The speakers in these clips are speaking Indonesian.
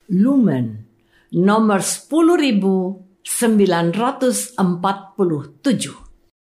Lumen nomor 10.947.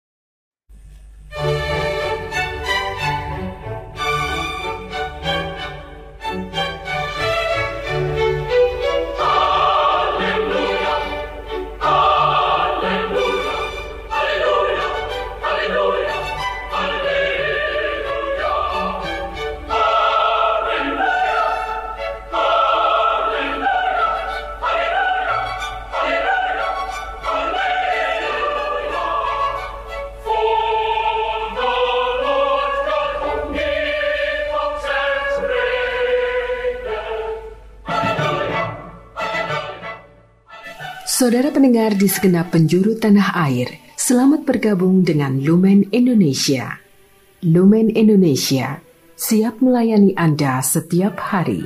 Saudara pendengar di segenap penjuru tanah air, selamat bergabung dengan Lumen Indonesia. Lumen Indonesia siap melayani Anda setiap hari.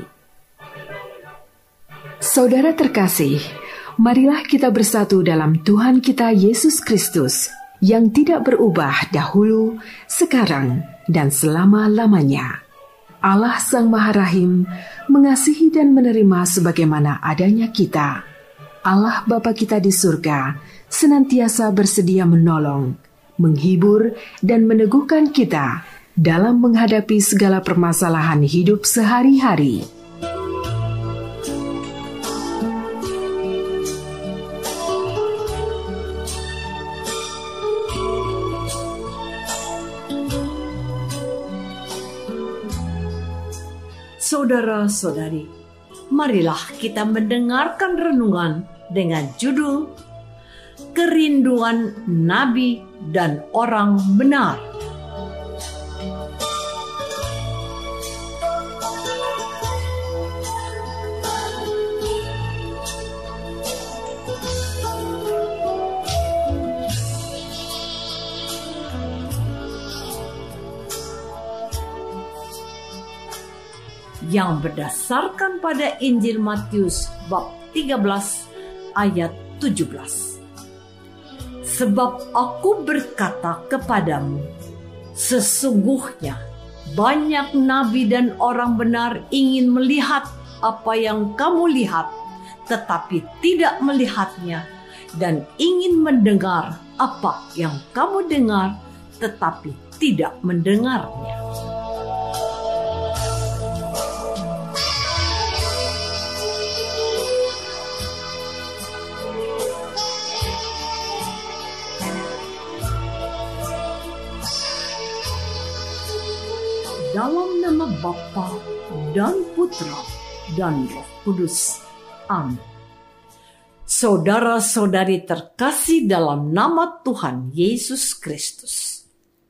Saudara terkasih, marilah kita bersatu dalam Tuhan kita Yesus Kristus yang tidak berubah dahulu, sekarang, dan selama-lamanya. Allah Sang Maha Rahim mengasihi dan menerima sebagaimana adanya kita. Allah Bapa kita di surga senantiasa bersedia menolong, menghibur, dan meneguhkan kita dalam menghadapi segala permasalahan hidup sehari-hari. Saudara-saudari, marilah kita mendengarkan renungan dengan judul Kerinduan Nabi dan Orang Benar. Yang berdasarkan pada Injil Matius bab 13 ayat 17. Sebab aku berkata kepadamu, sesungguhnya banyak nabi dan orang benar ingin melihat apa yang kamu lihat, tetapi tidak melihatnya, dan ingin mendengar apa yang kamu dengar, tetapi tidak mendengarnya. Dalam nama Bapa dan Putra dan Roh Kudus. Amin. Saudara-saudari terkasih dalam nama Tuhan Yesus Kristus.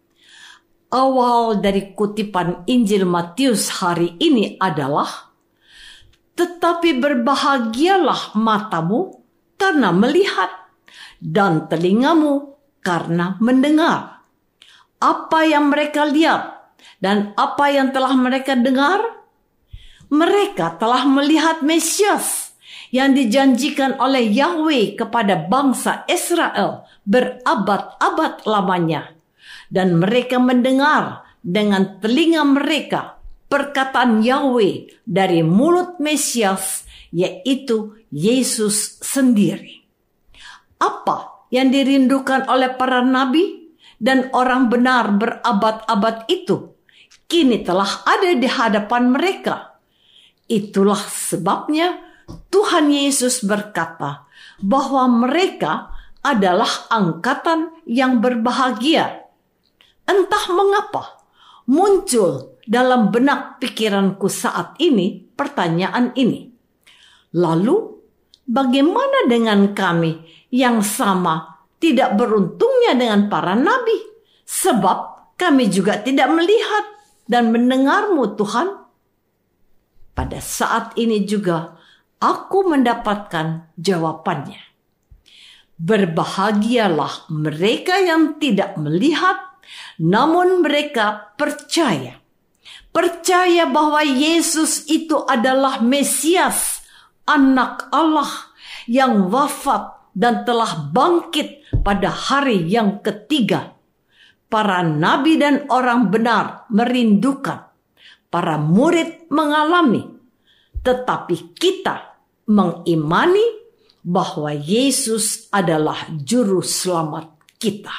Awal dari kutipan Injil Matius hari ini adalah, tetapi berbahagialah matamu karena melihat dan telingamu karena mendengar. Apa yang mereka lihat dan apa yang telah mereka dengar? Mereka telah melihat Mesias yang dijanjikan oleh Yahweh kepada bangsa Israel berabad-abad lamanya. Dan mereka mendengar dengan telinga mereka perkataan Yahweh dari mulut Mesias, yaitu Yesus sendiri. Apa yang dirindukan oleh para nabi dan orang benar berabad-abad itu kini telah ada di hadapan mereka. Itulah sebabnya Tuhan Yesus berkata bahwa mereka adalah angkatan yang berbahagia. Entah mengapa muncul dalam benak pikiranku saat ini pertanyaan ini. Lalu bagaimana dengan kami yang sama tidak beruntungnya dengan para nabi? Sebab kami juga tidak melihat dan mendengar-Mu, Tuhan. Pada saat ini juga aku mendapatkan jawabannya. Berbahagialah mereka yang tidak melihat, namun mereka percaya. Percaya bahwa Yesus itu adalah Mesias, Anak Allah yang wafat dan telah bangkit pada hari yang ketiga. Para nabi dan orang benar merindukan, para murid mengalami, tetapi kita mengimani bahwa Yesus adalah juru selamat kita.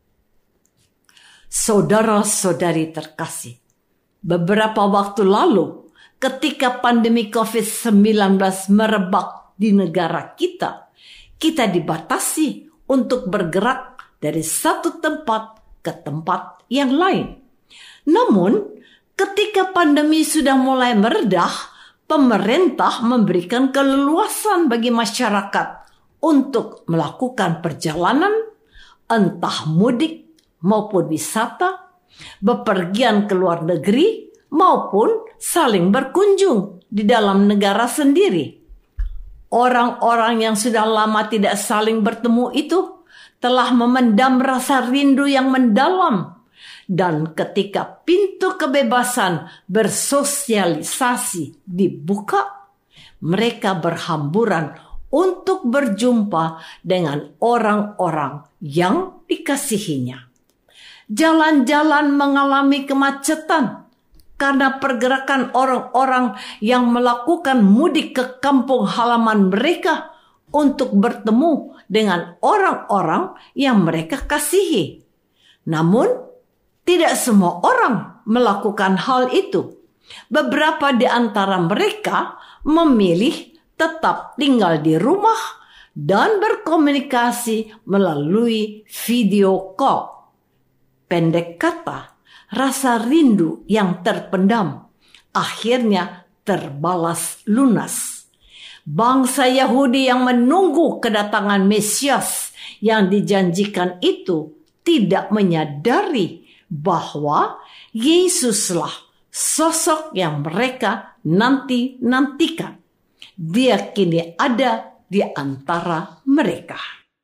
Saudara-saudari terkasih, beberapa waktu lalu ketika pandemi COVID-19 merebak di negara kita dibatasi untuk bergerak dari satu tempat ke tempat yang lain. Namun, ketika pandemi sudah mulai meredah, pemerintah memberikan keleluasan bagi masyarakat untuk melakukan perjalanan, entah mudik maupun wisata, bepergian ke luar negeri, maupun saling berkunjung di dalam negara sendiri. Orang-orang yang sudah lama tidak saling bertemu itu telah memendam rasa rindu yang mendalam. Dan ketika pintu kebebasan bersosialisasi dibuka, mereka berhamburan untuk berjumpa dengan orang-orang yang dikasihinya. Jalan-jalan mengalami kemacetan karena pergerakan orang-orang yang melakukan mudik ke kampung halaman mereka untuk bertemu dengan orang-orang yang mereka kasihi. Namun, tidak semua orang melakukan hal itu. Beberapa di antara mereka memilih tetap tinggal di rumah dan berkomunikasi melalui video call. Pendek kata, rasa rindu yang terpendam akhirnya terbalas lunas. Bangsa Yahudi yang menunggu kedatangan Mesias yang dijanjikan itu tidak menyadari bahwa Yesuslah sosok yang mereka nantikan. Dia kini ada di antara mereka.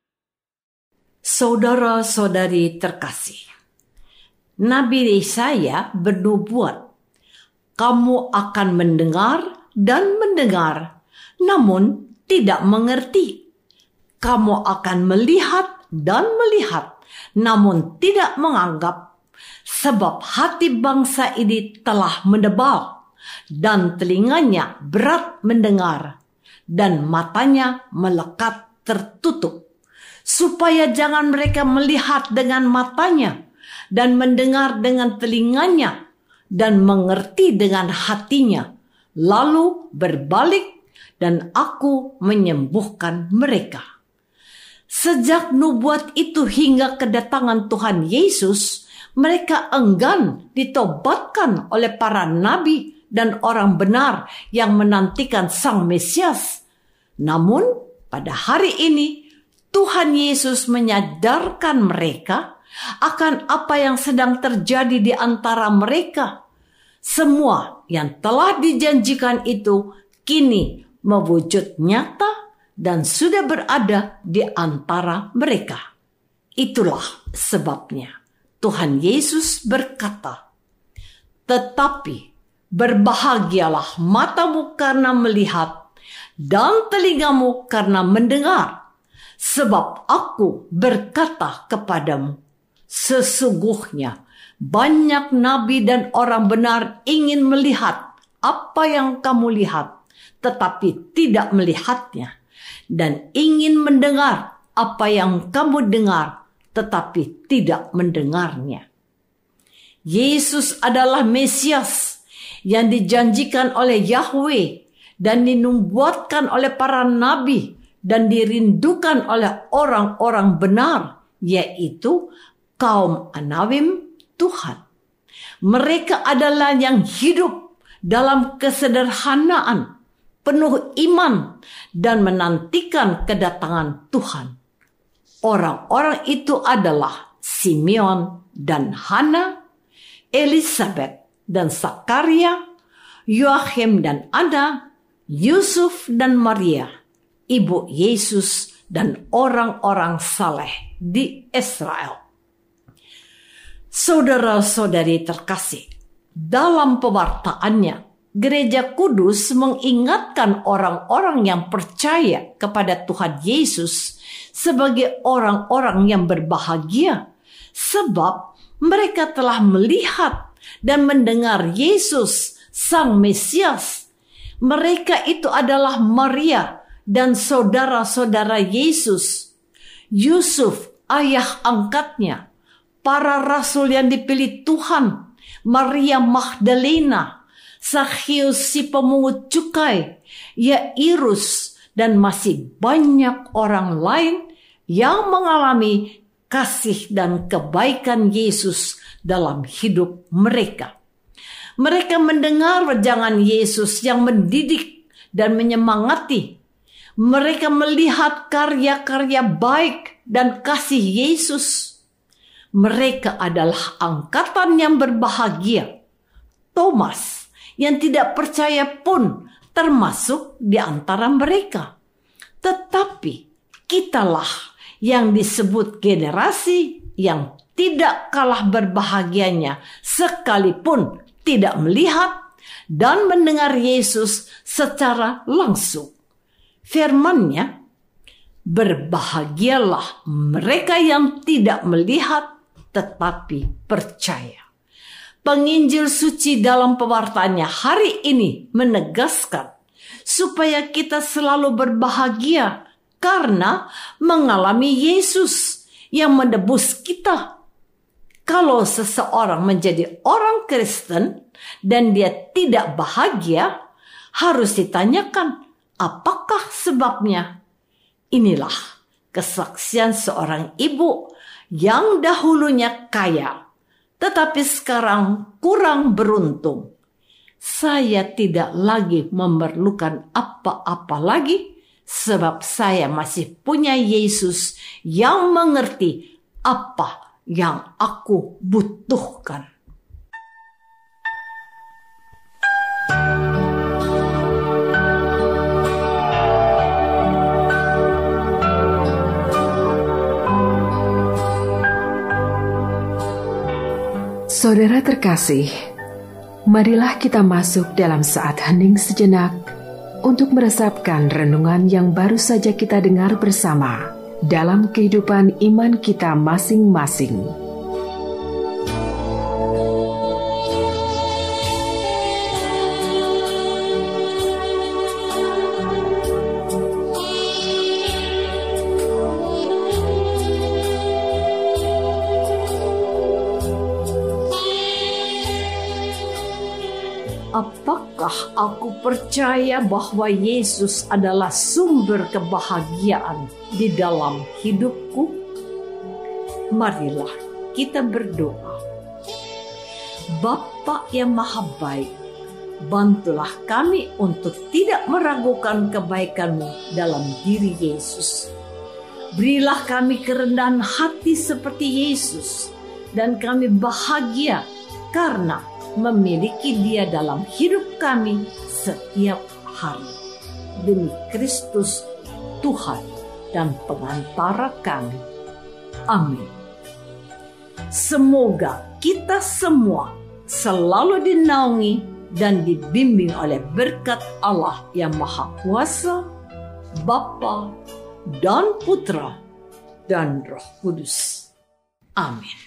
Saudara-saudari terkasih, Nabi Yesaya bernubuat, kamu akan mendengar dan mendengar, namun tidak mengerti. Kamu akan melihat dan melihat, namun tidak menganggap. Sebab hati bangsa ini telah menebal, dan telinganya berat mendengar, dan matanya melekat tertutup, supaya jangan mereka melihat dengan matanya, dan mendengar dengan telinganya, dan mengerti dengan hatinya, lalu berbalik, dan aku menyembuhkan mereka. Sejak nubuat itu hingga kedatangan Tuhan Yesus, mereka enggan ditobatkan oleh para nabi dan orang benar yang menantikan Sang Mesias. Namun, pada hari ini, Tuhan Yesus menyadarkan mereka akan apa yang sedang terjadi di antara mereka. Semua yang telah dijanjikan itu kini mewujud nyata dan sudah berada di antara mereka. Itulah sebabnya Tuhan Yesus berkata, tetapi berbahagialah matamu karena melihat dan telingamu karena mendengar. Sebab aku berkata kepadamu, sesungguhnya banyak nabi dan orang benar ingin melihat apa yang kamu lihat, tetapi tidak melihatnya. Dan ingin mendengar apa yang kamu dengar, tetapi tidak mendengarnya. Yesus adalah Mesias yang dijanjikan oleh Yahweh dan dinubuatkan oleh para nabi dan dirindukan oleh orang-orang benar, yaitu kaum Anawim Tuhan. Mereka adalah yang hidup dalam kesederhanaan, penuh iman, dan menantikan kedatangan Tuhan. Orang-orang itu adalah Simeon dan Hana, Elisabet dan Zakaria, Yoachim dan Anna, Yusuf dan Maria, ibu Yesus dan orang-orang saleh di Israel. Saudara-saudari terkasih, dalam pewartaannya, Gereja Kudus mengingatkan orang-orang yang percaya kepada Tuhan Yesus sebagai orang-orang yang berbahagia, sebab mereka telah melihat dan mendengar Yesus, Sang Mesias. Mereka itu adalah Maria dan saudara-saudara Yesus, Yusuf, ayah angkatnya, para rasul yang dipilih Tuhan, Maria Magdalena, Zakheus si pemungut cukai, Yairus, dan masih banyak orang lain yang mengalami kasih dan kebaikan Yesus dalam hidup mereka. Mereka mendengar wejangan Yesus yang mendidik dan menyemangati. Mereka melihat karya-karya baik dan kasih Yesus. Mereka adalah angkatan yang berbahagia. Thomas yang tidak percaya pun termasuk di antara mereka. Tetapi kitalah yang disebut generasi yang tidak kalah berbahagianya sekalipun tidak melihat dan mendengar Yesus secara langsung. Firman-Nya, berbahagialah mereka yang tidak melihat tetapi percaya. Penginjil suci dalam pewartaannya hari ini menegaskan supaya kita selalu berbahagia karena mengalami Yesus yang menebus kita. Kalau seseorang menjadi orang Kristen dan dia tidak bahagia, harus ditanyakan, apakah sebabnya? Inilah kesaksian seorang ibu yang dahulunya kaya, tetapi sekarang kurang beruntung. Saya tidak lagi memerlukan apa-apa lagi, sebab saya masih punya Yesus yang mengerti apa yang aku butuhkan. Saudara terkasih, marilah kita masuk dalam saat hening sejenak untuk meresapkan renungan yang baru saja kita dengar bersama dalam kehidupan iman kita masing-masing. Apakah aku percaya bahwa Yesus adalah sumber kebahagiaan di dalam hidupku? Marilah kita berdoa. Bapa yang Maha Baik, bantulah kami untuk tidak meragukan kebaikan-Mu dalam diri Yesus. Berilah kami kerendahan hati seperti Yesus, dan kami bahagia karena memiliki Dia dalam hidup kami setiap hari. Demi Kristus Tuhan dan pengantara kami. Amin. Semoga kita semua selalu dinaungi dan dibimbing oleh berkat Allah yang Maha Kuasa, Bapa dan Putra dan Roh Kudus. Amin.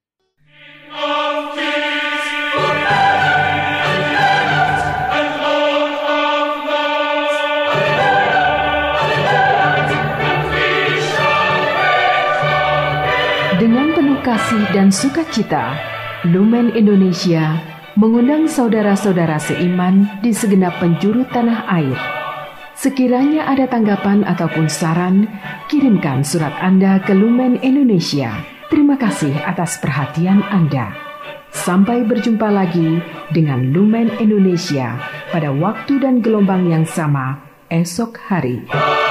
Dengan penuh kasih dan sukacita, Lumen Indonesia mengundang saudara-saudara seiman di segenap penjuru tanah air. Sekiranya ada tanggapan ataupun saran, kirimkan surat Anda ke Lumen Indonesia. Terima kasih atas perhatian Anda. Sampai berjumpa lagi dengan Lumen Indonesia pada waktu dan gelombang yang sama esok hari.